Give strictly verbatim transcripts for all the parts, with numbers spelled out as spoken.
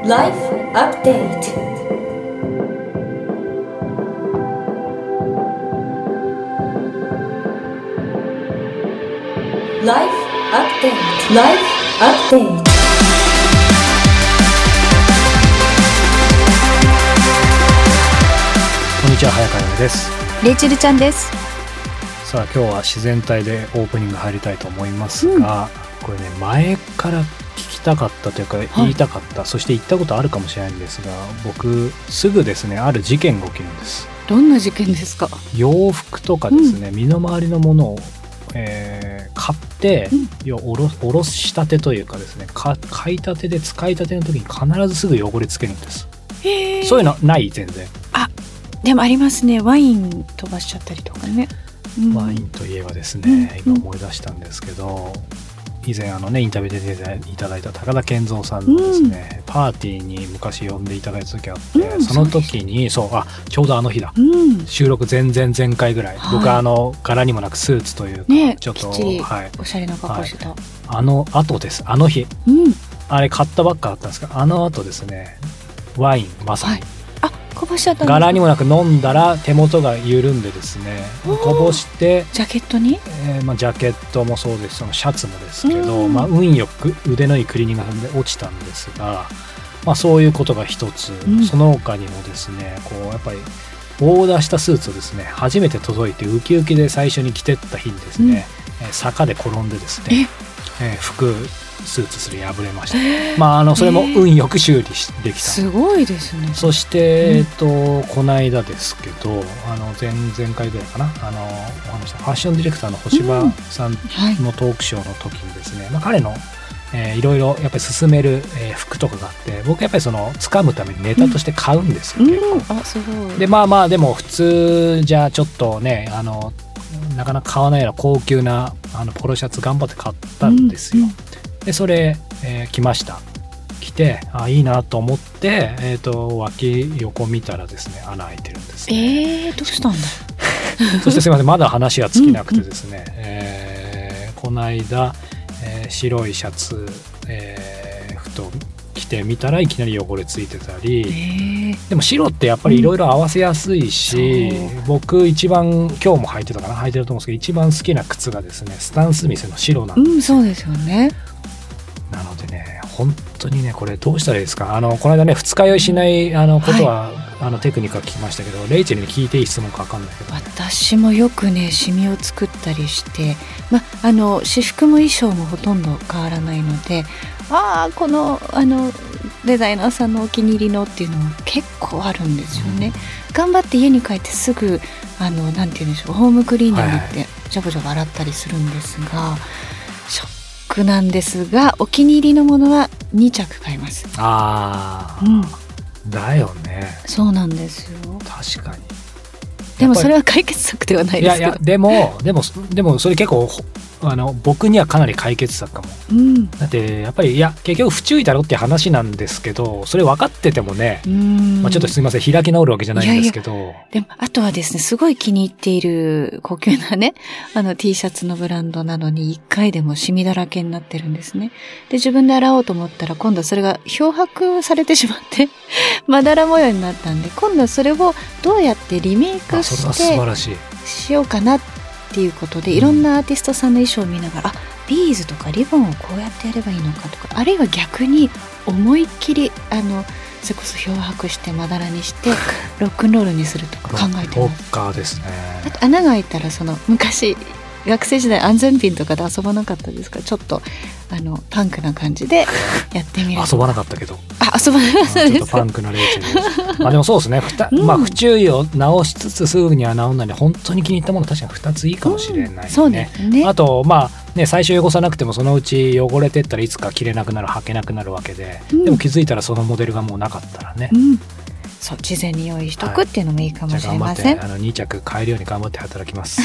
Life Update Life Update Life Update こんにちは、早川です。 レイチェルちゃんです。 さあ今日は自然体でオープニング入りたいと思いますが、うん、これね前から聞きたかったというか言いたかった、はい、そして言ったことあるかもしれないんですが、僕すぐですねある事件が起きるんです。 どんな事件ですか？ 洋服とかですね、うん、身の回りのものを、えー、買って、うん、要はおろ、おろしたてというかですね、か買いたてで使いたての時に必ずすぐ汚れつけるんです。 へー、 そういうのない全然。 あ、でもありますね。ワイン飛ばしちゃったりとかね、うん、 ワインといえばですね、うん、今思い出したんですけど、以前あのねインタビューで出ていただいた高田健三さんのですね、うん、パーティーに昔呼んでいただいた時があって、うん、その時にそうあちょうどあの日だ、うん、収録前々前回ぐらい、はい、僕はあの柄にもなくスーツというか、ね、ちょっときっちりおしゃれな格好してた、 はい、あの後ですあの日、うん、あれ買ったばっかだったんですが、あの後ですねワインまさに、はい、 こぼしちゃったんですか？ 柄にもなく飲んだら手元が緩んでですねこぼしてジャケットに、 えーまあ、ジャケットもそうですしそのシャツもですけど、まあ、運よく腕のいいクリーニングがで落ちたんですが、まあ、そういうことが一つ、うん、その他にもですねこうやっぱりオーダーしたスーツをですね初めて届いてウキウキで最初に着てった日にですね、うん、坂で転んでですね、えー、服スーツすり破れました。まああのそれも運よく修理できた。 すごいですね。 そして、うん、えっとこの間ですけど、あの前々回ぐらいかな、あのお話したファッションディレクターの星葉さんのトークショーの時にですね、うんはいまあ、彼の、えー、いろいろやっぱり勧める、えー、服とかがあって、僕やっぱりその掴むためにネタとして買うんですよ、うん、結構。 あ、すごい。 でまあまあでも普通じゃちょっとねあのなかなか買わないような高級なあのポロシャツ頑張って買ったんですよ。うんでそれ、えー、着ました着てあいいなと思って、えー、と脇横見たらですね穴開いてるんですね。 えー、どうしたんだそしてすいませんまだ話が尽きなくてですね、うんうんえー、この間、えー、白いシャツ、えー、ふと着てみたらいきなり汚れついてたり、えー、でも白ってやっぱりいろいろ合わせやすいし、うん、僕一番今日も履いてたかな履いてると思うんですけど一番好きな靴がですねスタンスミスの白なんです、 うん、そうですよね。 なのでね本当にねこれどうしたらいいですか。あのこの間ね二日酔いしないあのことは、はい、あのテクニックは聞きましたけどレイチェルに聞いていい質問か分かんないけど、ね、 私もよくねシミを作ったりして、ま、あの私服も衣装もほとんど変わらないのであこのあのデザイナーさんのお気に入りのっていうのは結構あるんですよね、うん、頑張って家に帰ってすぐあのなんて言うんでしょうホームクリーニングってジャブジャブ洗ったりするんですが、はいはいなんですがお気に入りのものはに着買います。 ああ、うん、だよね。 そうなんですよ。 確かに。 でもそれは解決策ではないですけど。 いやいやでもでもでもそれ結構あの僕にはかなり解決策かも、うん、だってやっぱりいや結局不注意だろって話なんですけどそれ分かっててもね、うんまあ、ちょっとすみません開き直るわけじゃないんですけどいやいやでもあとはですねすごい気に入っている高級なねあの T シャツのブランドなのにいっかいでもシミだらけになってるんですね。で自分で洗おうと思ったら今度はそれが漂白されてしまってまだら模様になったんで今度はそれをどうやってリメイクして素晴らしいしようかなっていうことでいろんなアーティストさんの衣装を見ながら、うん、あビーズとかリボンをこうやってやればいいのかとかあるいは逆に思いっきりあのそれこそ漂白してまだらにしてロックンロールにするとか考えてます。 ロッカーですね。 あと穴が開いたらその昔学生時代安全ピンとかで遊ばなかったですか？ちょっとあのパンクな感じでやってみる遊ばなかったけどあ遊ばなかったです。 ちょっとパンクなレイチェルですまあでもそうですね、うんまあ、不注意を直しつつすぐには直んないで本当に気に入ったもの確かにふたついいかもしれない、ねうん、 そうですね。 あとまあね最初汚さなくてもそのうち汚れてったらいつか着れなくなる履けなくなるわけで、うん、でも気づいたらそのモデルがもうなかったらね、うんそう事前に用意しとくっていうのもいいかもしれません、はい、 じゃあ頑張ってあのに着買えるように頑張って働きます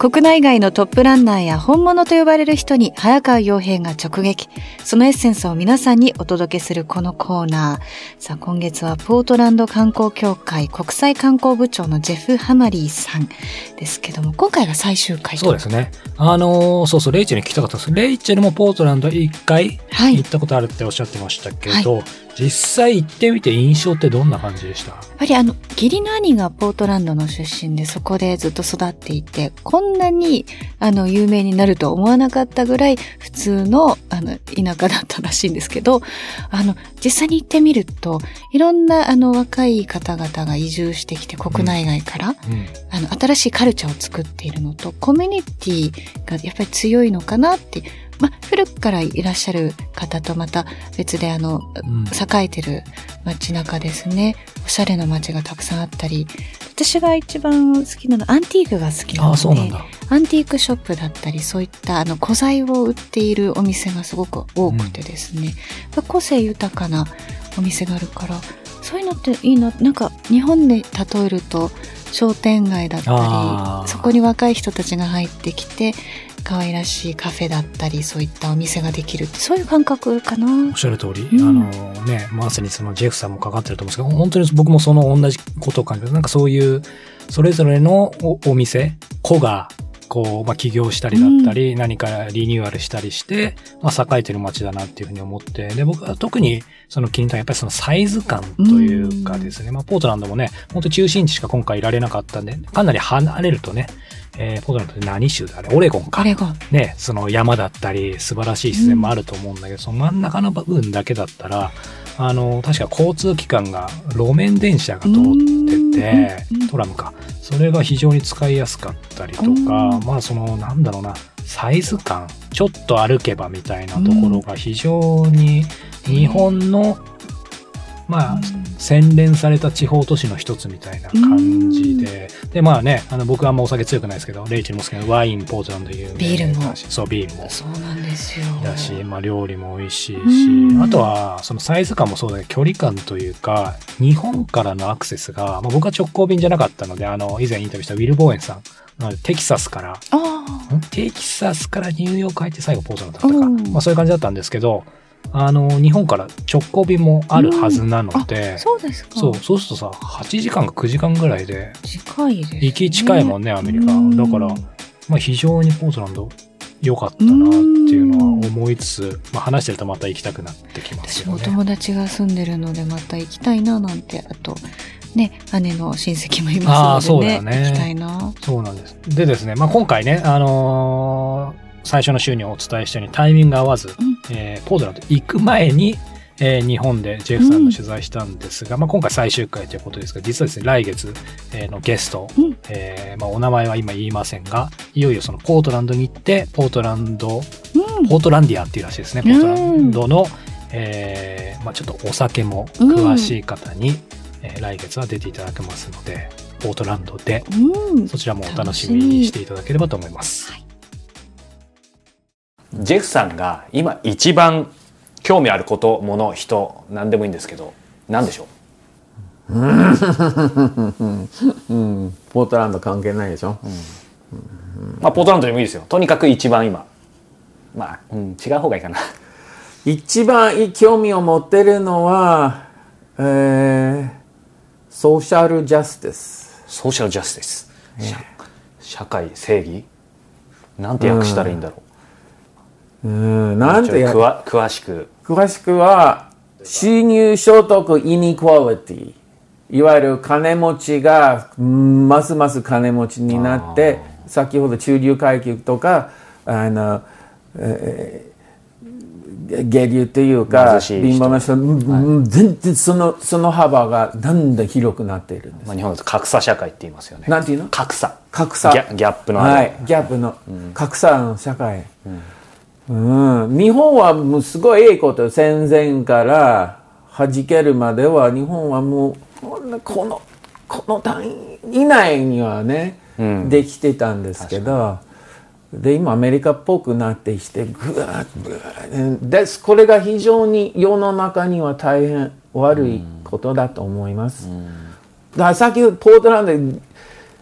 国内外のトップランナーや本物と呼ばれる人に早川洋平が直撃。そのエッセンスを皆さんにお届けするこのコーナー。さあ、今月はポートランド観光協会国際観光部長のジェフ・ハマリーさんですけども、今回が最終回と。 そうですね。あのー、そうそう、レイチェルに聞きたかったんです。レイチェルもポートランドいっかい行ったことあるっておっしゃってましたけど、はい、実際行ってみて印象ってどんな感じでした？ やっぱりあの、義理の兄がポートランドの出身で、そこでずっと育っていて、こんなにあの有名になると思わなかったぐらい普通のあの田舎だったらしいんですけど、あの実際に行ってみると、いろんなあの若い方々が移住してきて、国内外から、うんうん、あの新しいカルチャーを作っているのと、コミュニティがやっぱり強いのかなって。まあ、古くからいらっしゃる方とまた別であの、うん、栄えてる街中ですね。おしゃれな街がたくさんあったり、私が一番好きなのはアンティークが好きなので、あ、そうなんだ。アンティークショップだったり、そういったあの古材を売っているお店がすごく多くてですね、うん、個性豊かなお店があるから、そういうのっていいな。なんか日本で例えると商店街だったり、そこに若い人たちが入ってきて、可愛らしいカフェだったり、そういったお店ができるって、そういう感覚かな。 おっしゃる通り、うん、あのね、まさにそのジェフさんもかかってると思うんですけど、本当に僕もその同じことを感じる。なんかそういうそれぞれの お, お店子がこう、まあ、起業したりだったり、うん、何かリニューアルしたりして、まあ、栄えてる街だなっていうふうに思って、で、僕は特にその気に入ったのはやっぱりそのサイズ感というかですね、うん、まあ、ポートランドもね、本当中心地しか今回いられなかったんで、かなり離れるとね、えー、ポートランドって何州だあれオレゴンか。 オレゴン。 ね、その山だったり、素晴らしい自然もあると思うんだけど、うん、その真ん中の部分だけだったら、あの、確か交通機関が路面電車が通ってて、トラムか。それが非常に使いやすかったりとか、まあその、なんだろうな、サイズ感、ちょっと歩けばみたいなところが非常に日本の、まあ、洗練された地方都市の一つみたいな感じで、で、まあね、あの、僕はあんまお酒強くないですけど、レイチェルも好きなワイン、ポートランド有名だし、 ビールも。 そう、ビールも。 そうなんですよ。 だし、まあ料理も美味しいし、あとは、そのサイズ感もそうだけど、距離感というか、日本からのアクセスが、まあ僕は直行便じゃなかったので、あの、以前インタビューしたウィル・ボーエンさん、なのでテキサスから、テキサスからニューヨーク入って最後ポートランドだったか、まあそういう感じだったんですけど、あの日本から直行便もあるはずなので、 うん、そうですか。 そう、そうするとさ、はちじかんかくじかんぐらいで近いですね。 行き近いもんね、アメリカ。だから、まあ、非常にポートランド良かったなっていうのは思いつつ、まあ、話してるとまた行きたくなってきますよね。 私も友達が住んでるのでまた行きたいななんて、あとね、姉の親戚もいますのでね、 あ、そうだね、 行きたいな。 そうなんです。でですね、まあ、今回ね、あのー最初の週にお伝えしたようにタイミング合わず、うん、えー、ポートランド行く前に、えー、日本でジェフさんの取材したんですが、うん、まあ、今回最終回ということですが、実はですね、来月、えー、のゲスト、うん、えーまあ、お名前は今言いませんが、いよいよそのポートランドに行って、ポートランド、うん、ポートランディアっていうらしいですね、ポートランドの、えーまあ、ちょっとお酒も詳しい方に、うん、えー、来月は出ていただけますので、ポートランドで、うん、そちらもお楽しみにしていただければと思います。はい、 ジェフさんが今一番興味あること、もの、人、何でもいいんですけど、何でしょう？うん、 ポートランド関係ないでしょ、うんうん、まあポートランドでもいいですよ。とにかく一番今、まあ、うん、違う方がいいかな。 一番興味を持ってるのは、えー、ソーシャルジャスティス。 ソーシャルジャスティス、えー、社会正義、なんて訳したらいいんだろう。 うん、なんてや詳詳しく詳しくは収入所得イニクワリティ、いわゆる金持ちがますます金持ちになって、先ほど中流階級とかあの、えー、下流というか貧乏な人、はい、全然そのその幅がだんだん広くなっているんです。 まあ、日本だと格差社会って言いますよね。 なんていうの？ 格差格差ギ ャ, ギャップのある、 はい、ギャップの、うん、格差の社会、うん、日本はもうすごいいいこと、戦前から弾けるまでは日本はもうこのこの単位以内にはね、うん、できてたんですけど、で今アメリカっぽくなってきてぐわっぐわっです。これが非常に世の中には大変悪いことだと思います、うん、だからさっきポートランドで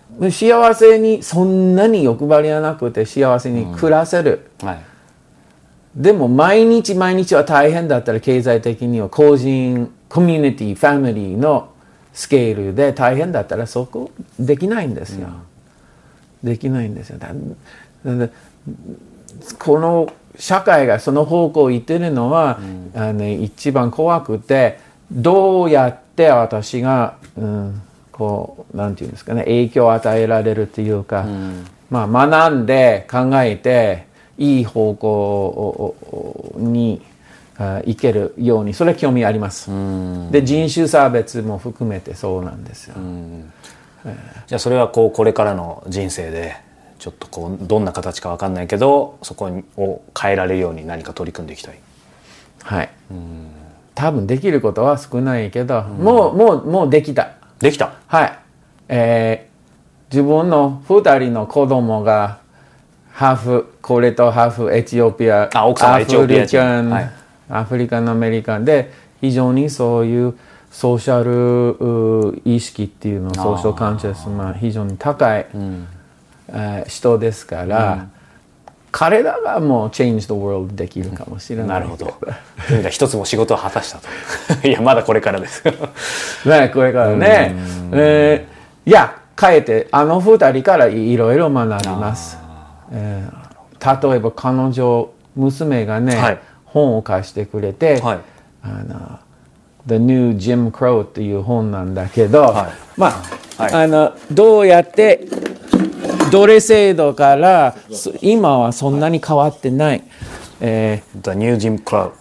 幸せにそんなに欲張りはなくて幸せに暮らせる、 はい、 でも毎日毎日は大変だったら経済的には個人コミュニティファミリーのスケールで大変だったらそこできないんですよ、うん、できないんですよ。だだこの社会がその方向を行ってるのは、うん、あの一番怖くて、どうやって私が、うん、こうなんていうんですかね、影響を与えられるっていうか、うん、まあ学んで考えていい方向にいけるように、それは興味あります。で人種差別も含めてそうなんですよ。 じゃあそれはこうこれからの人生でちょっとこうどんな形か分かんないけどそこを変えられるように何か取り組んでいきたい。 はい。多分できることは少ないけど、もうもうもうできた。 できた。 はい。えー、自分のふたりの子供がハーフこれとハーフエチオピア、 あ奥様エチオピア人、はい、 アフリカンアメリカンで非常にそういうソーシャル意識っていうの、ソーシャルカンシャスが非常に高い、うんえー、人ですから、うん、彼らがもう change the world できるかもしれない。 なるほど。一つも仕事を果たしたと。いやまだこれからです。 ねこれからね。えー、いや変えてあの二人からいろいろ学びます。えー、例えば彼女娘がね、はい、本を貸してくれて、はい、あの The New Jim Crow っていう本なんだけど、はい、まあ、はい、あのどうやって奴隷制度から今はそんなに変わってない、えー、The New Jim Crow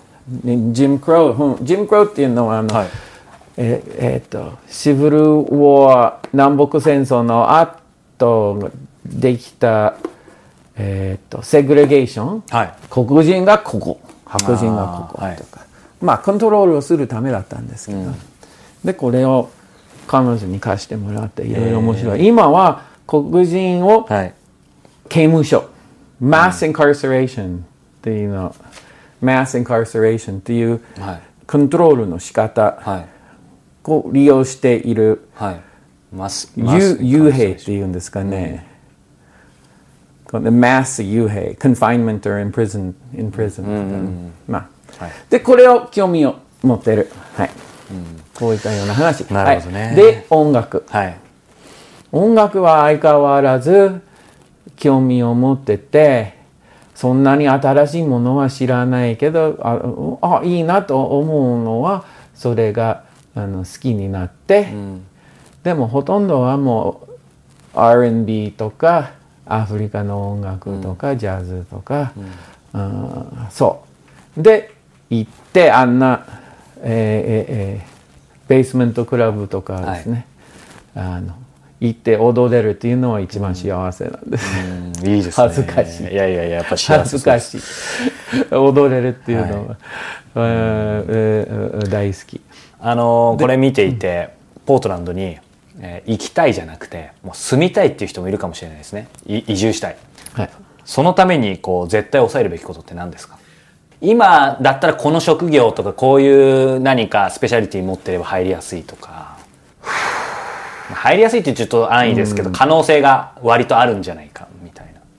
Jim Crow、うん、Jim Crow っていうのはあの、はい、えーえー、っとシビルウォー南北戦争の後できたえー、とセグレゲーション、はい、黒人がここ白人がこことか、はい、まあコントロールをするためだったんですけど、うん、でこれを彼女に貸してもらっていろいろ面白い、今は黒人を刑務所、はい、マスインカーセレーションっていうの、マスインカーセレーションっていうコントロールの仕方を利用している、はい、マス幽閉っていうんですかね、うんマス幽閉 confinement or imprison in prison、うんうん、まあ、はい、でこれを興味を持ってる、はい、うん、こういったような話。 なるほどね。 はい、で音楽、はい、音楽は相変わらず興味を持ってて、そんなに新しいものは知らないけど、ああいいなと思うのはそれがあの好きになって、うん、でもほとんどはもう アールエンディー とかアフリカの音楽とか、うん、ジャズとか、うん、そうで行ってあんな、えーえー、ベースメントクラブとかですね、はい、あの行って踊れるっていうのは一番幸せなんです、 うん、いいですね。 恥ずかしい。 いやいやいややっぱ幸せ恥ずかしい踊れるっていうのは、はい、えー、大好き。 あのこれ見ていてポートランドにえー、行きたいじゃなくてもう住みたいっていう人もいるかもしれないですね。移住したい、はい、そのためにこう絶対抑えるべきことって何ですか？今だったらこの職業とかこういう何かスペシャリティ持ってれば入りやすいとか入りやすいってちょっと安易ですけど、うん、可能性が割とあるんじゃないかみたいな。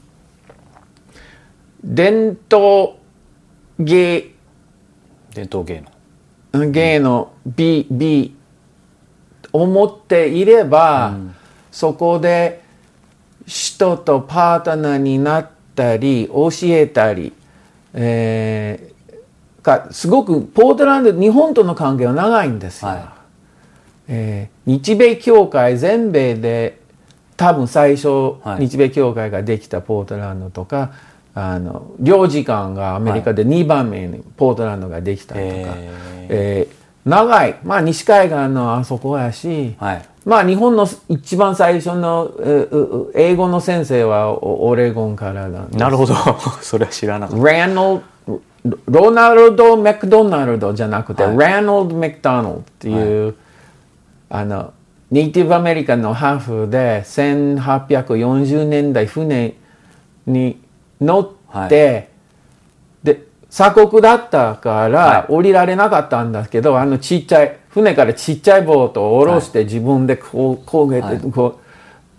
伝統芸伝統芸能芸の B、うん、B思っていれば、うん、そこで人とパートナーになったり教えたり、えー、かすごくポートランド日本との関係は長いんですよ、はい、えー、日米協会全米で多分最初、はい、日米協会ができたポートランドとかあの領事館がアメリカでにばんめにポートランドができたりとか、はい、えー長い、まあ、西海岸のあそこやし、はい、まあ日本の一番最初の英語の先生はオレゴンからなんです。 なるほどそれは知らなかった。 ラノロナルド・マクドナルドじゃなくて、はい、ラノルド・マクドナルドっていう、はい、あのネイティブアメリカンのハーフでせんはっぴゃくよんじゅうねんだい船に乗って、はい、で鎖国だったから降りられなかったんだけど、はい、あのちっちゃい船からちっちゃいボートを下ろして自分でこう焦げてこう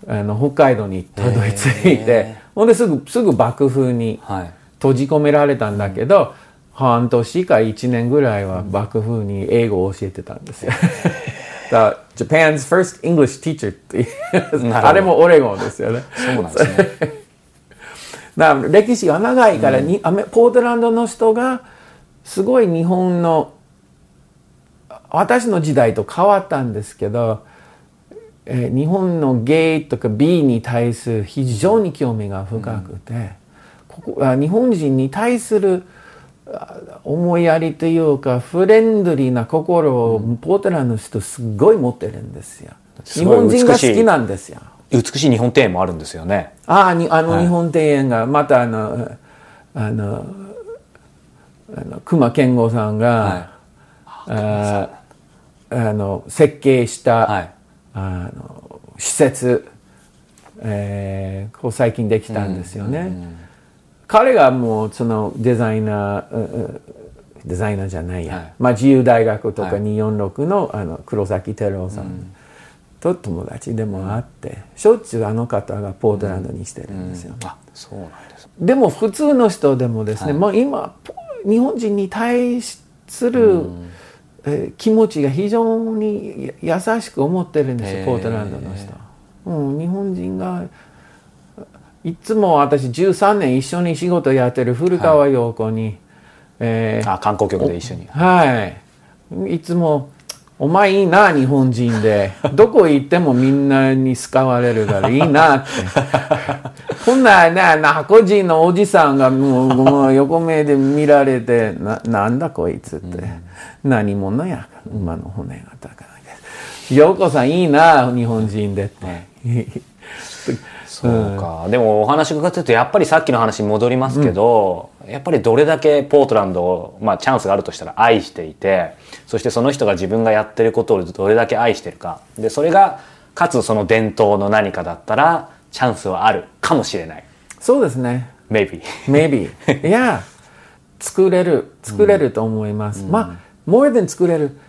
あの北海道にたどり着いて、ほんですぐすぐ幕府に閉じ込められたんだけど、はい、半年かいちねんぐらいは幕府に英語を教えてたんですよ。だ Japan's first English teacher っていうあれもオレゴンですよね。 そうなんですね。 だから歴史が長いから、うん、にポートランドの人がすごい日本の私の時代と変わったんですけど、えー、日本のゲイとか B に対する非常に興味が深くて、うん、ここあ日本人に対する思いやりというかフレンドリーな心をポートランドの人すごい持ってるんですよ。日本人が好きなんですよ。 美しい日本庭園もあるんですよね。 ああ、にあの日本庭園がまたあのあのあの隈研吾さんが、はい、ああの設計した、はい、あの施設、えー、こう最近できたんですよね。うんうんうん、彼がもうそのデザイナーデザイナーじゃないや、はい、まあ自由大学とかにひゃくよんじゅうろく の、はい、あの黒崎照夫さん、うんと友達でもあって、しょっちゅうあの方がポートランドにしてるんですよ。 うんうん、あ、そうなんです。 でも普通の人でもですね、はい、もう今日本人に対する、うんえー、気持ちが非常に優しく思ってるんですよ、ポートランドの人。うん、日本人がいつも私じゅうさんねん一緒に仕事やってる古川陽子に、はいえー、あ観光局で一緒にはいいつもお前いいな日本人でどこ行ってもみんなに好われるからいいなってこんなね白人のおじさんがもう、もう横目で見られて な, なんだこいつって、うん、何者や馬の骨が高い陽子さんいいな日本人でって、はいそうか、うん、でもお話伺ってるとやっぱりさっきの話に戻りますけど、うん、やっぱりどれだけポートランドを、まあ、チャンスがあるとしたら愛していて、そしてその人が自分がやってることをどれだけ愛してるかで、それがかつその伝統の何かだったらチャンスはあるかもしれない。 そうですね Maybe Maybe いや作れる作れると思います、うん、まあmore than作れる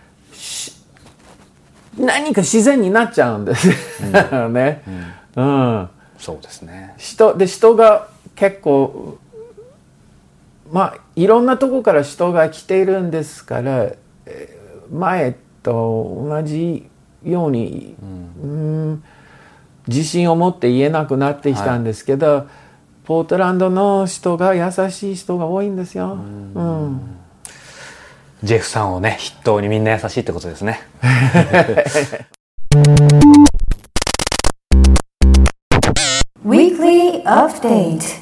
何か自然になっちゃうんですよね、うん、うんそうですね。 人で人が結構まあいろんなとこから人が来ているんですから、前と同じように、うんうん、自信を持って言えなくなってきたんですけど、はい、ポートランドの人が優しい人が多いんですよ。うん、うん、 ジェフさんをね筆頭にみんな優しいってことですね。 Weekly Update.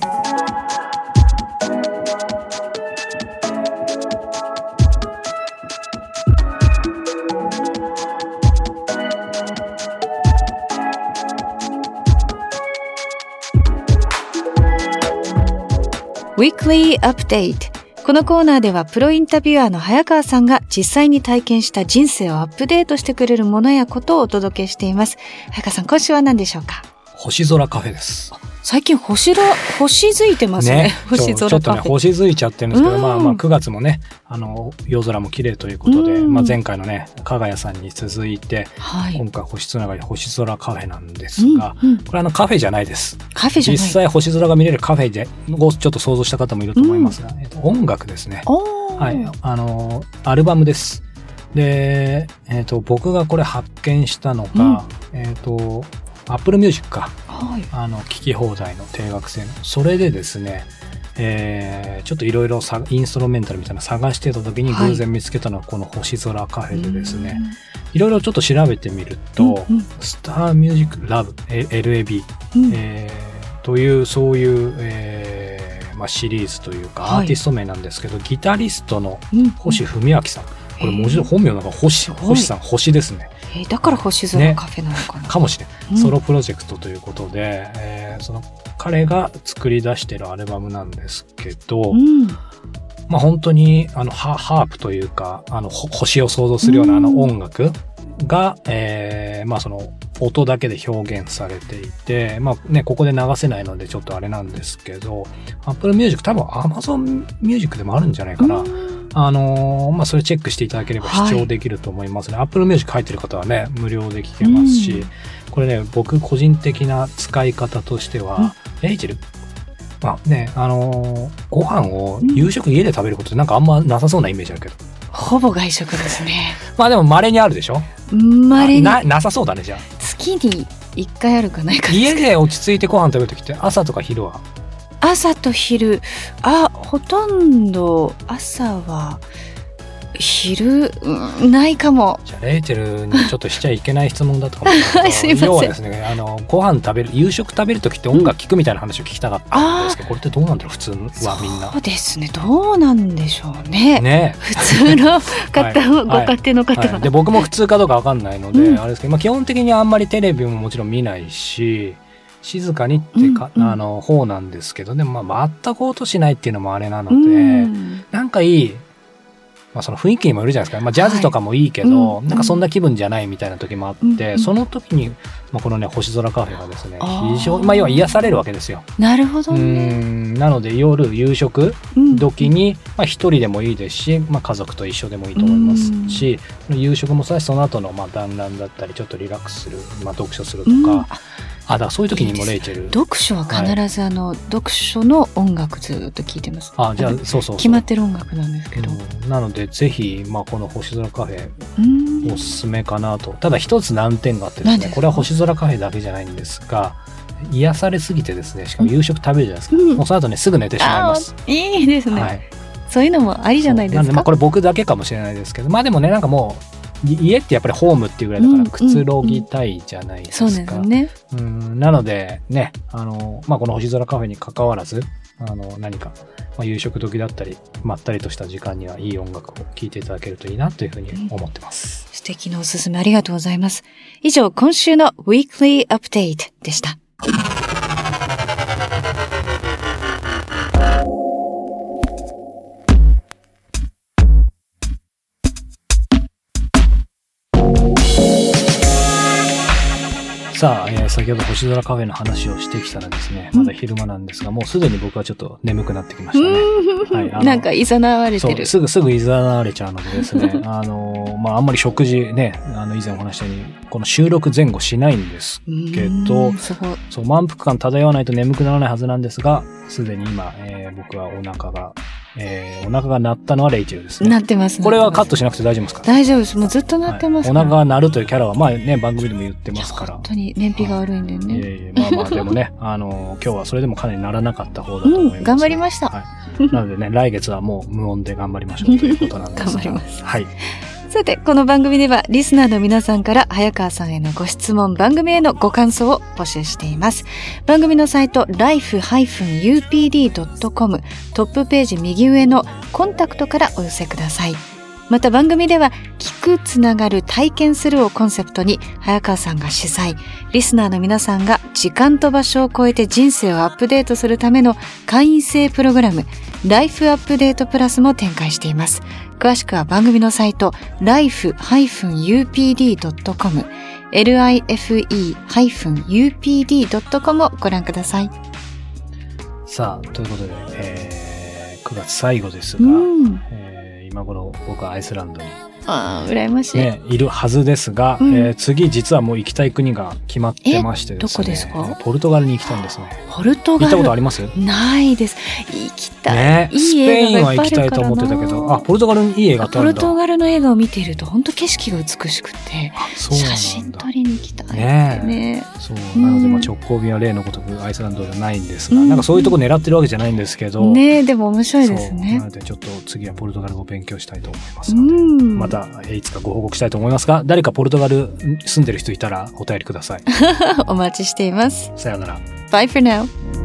Weekly Update。このコーナーではプロインタビュアーの早川さんが実際に体験した人生をアップデートしてくれるものやことをお届けしています。早川さん、今週は何でしょうか？ 星空カフェです。 最近星ら星づいてますね。ね星空カフェ。ちょっとね星づいちゃってるんですけど、まあまあくがつもねあの夜空も綺麗ということで、まあ前回のね加賀谷さんに続いて、はい、今回星つながり星空カフェなんですが、うんうん、これあのカフェじゃないです。 カフェじゃない。実際星空が見れるカフェでをちょっと想像した方もいると思いますが、うんえっと、音楽ですね。はいあのアルバムです。でえっと僕がこれ発見したのが、うん、えっとApple Music か、はい、あの聞き放題の定額制のそれでですね、えー、ちょっといろいろインストロメンタルみたいな探してた時に偶然見つけたのはこの星空カフェでですね、いろいろちょっと調べてみると、うんうん、スターミュージックラブ エルエービー、うんえー、というそういう、えーまあ、シリーズというかアーティスト名なんですけど、はい、ギタリストの星文明さん、これ文字の本名なんか星、星さん星ですね。 えー、だから星空カフェなのかな、 ね、かもしれない、うん、ソロプロジェクトということで、えー、その彼が作り出しているアルバムなんですけど、うん、まあ本当にあの ハ, ハープというかあの星を想像するようなあの音楽が、うんえー、まあその音だけで表現されていて、まあねここで流せないのでちょっとあれなんですけど、Apple Music 多分 Amazon Music でもあるんじゃないかな。うんあのーまあ、それチェックしていただければ視聴できると思いますね。はい、Apple Music 入ってる方はね、無料で聴けますし、うん、これね、僕個人的な使い方としては、うん、レイチェル、まあね、あのー、ご飯を夕食家で食べることってなんかあんまなさそうなイメージあるけど。 ほぼ外食ですね。 まあでも稀にあるでしょ？ 稀に。 な、なさそうだね、じゃあ。 月にいっかいあるかないか。 家で落ち着いてご飯食べるときって朝とか昼は？ 朝と昼、あ、ほとんど朝は昼、うん、ないかも。 じゃあレイチェルにちょっとしちゃいけない質問だったかもしれないけどすいません。 要はですね、あのご飯食べる、夕食食べるときって音楽聴くみたいな話を聞きたかったんですけど、うん、これってどうなんだろう、普通はみんな。 そうですね、どうなんでしょうね。 ね、 普通の方、はい、ご家庭の方は、 はいはい、で僕も普通かどうかわかんないので、うん、あれですけど、まあ、基本的にあんまりテレビももちろん見ないし、静かにってか、うんうん、あの方なんですけど、でもまあ全く音しないっていうのもあれなので、うん、なんかいい、まあ、その雰囲気にもよるじゃないですか、まあ、ジャズとかもいいけど、はい、なんかそんな気分じゃないみたいな時もあって、うん、その時に、まあ、このね星空カフェがですね非常に、まあ、要は癒されるわけですよ。 なるほどね。 うんなので夜夕食時に、まあ、一人でもいいですし、まあ、家族と一緒でもいいと思いますし、夕食もそうだし、その後のまあ団らんだったりちょっとリラックスする、まあ、読書するとか、うん、あ、だからそういう時にもレイチェル、 読書は必ずあの、はい、読書の音楽ずっと聴いてます。 あ、じゃあそうそうそう、 決まってる音楽なんですけど、 うん、なのでぜひ、まあ、この星空カフェおすすめかなと。ただ一つ難点があってですね、これは星空カフェだけじゃないんですが、癒されすぎてですね、しかも夕食食べるじゃないですか、うん、もうその後ねすぐ寝てしまいます。 いいですね、はい、そういうのもありじゃないですか。 なんでまあこれ僕だけかもしれないですけど、まあでもね、なんかもう家ってやっぱりホームっていうぐらいだからくつろぎたいじゃないですか、うんうんうん、そうですね。うんなのでね、あの、まあ、この星空カフェに関わらず、あの何か、まあ、夕食時だったりまったりとした時間にはいい音楽を聴いていただけるといいなというふうに思ってます、 うん、素敵なおすすめありがとうございます。以上、今週の Weekly Update でした。 さあ、えー、先ほど星空カフェの話をしてきたらですね、まだ昼間なんですが、もうすでに僕はちょっと眠くなってきましたね。 はい、なんかいざなわれてる。 そう、すぐすぐいざなわれちゃうのでですね、あの、まあ、あんまり食事ね、あの、以前お話したように、この収録前後しないんですけど、そう、満腹感漂わないと眠くならないはずなんですが、すでに今、えー、僕はお腹が、えー、お腹が鳴ったのはレイチェルですね。 鳴ってます。 これはカットしなくて大丈夫ですか？ 大丈夫です。もうずっと鳴ってますから、 はい、お腹が鳴るというキャラは、まあね、番組でも言ってますから。 本当に燃費が悪いんでね。 いやいや、まあまあ、でもね、あの、今日はそれでもかなり鳴らなかった方だと思います、ね。うん、 頑張りました。 はい。なのでね、来月はもう無音で頑張りましょうということなんですが。 頑張ります。 はい。 さて、この番組ではリスナーの皆さんから早川さんへのご質問、番組へのご感想を募集しています。番組のサイト ライフ ユーピーディー ドットコム トップページ右上のコンタクトからお寄せください。また番組では聞く、つながる、体験するをコンセプトに早川さんが主催、リスナーの皆さんが時間と場所を超えて人生をアップデートするための会員制プログラムライフアップデートプラスも展開しています。詳しくは番組のサイト ライフ ユーピーディー ドットコム ライフ ユーピーディー ドットコム をご覧ください。 さあ、ということで、えー、くがつ最後ですが、うんえー、今頃僕はアイスランドにああ、羨ましい、 ね、いるはずですが、うんえー、次実はもう行きたい国が決まってましてですね。 どこですか？ ポルトガルに行きたいんですね。 ポルトガル。 行ったことあります？ ないです。行きたい。 ね、いいスペインは行きたいと思ってたけど、あ、ポルトガルにいい映画ってあるんだ。 ポルトガルの映画を見ていると本当景色が美しくて、写真撮りに行きたいってね。ねそうなので、まあ、直行便は例のごとくアイスランドではないんですが、うん、なんかそういうとこ狙ってるわけじゃないんですけど、 ね、でも面白いですね。 なのでちょっと次はポルトガルを勉強したいと思いますので、うん、またいつかご報告したいと思いますが、誰かポルトガル住んでる人いたらお便りください。 お待ちしています。 さようなら。 Bye for now.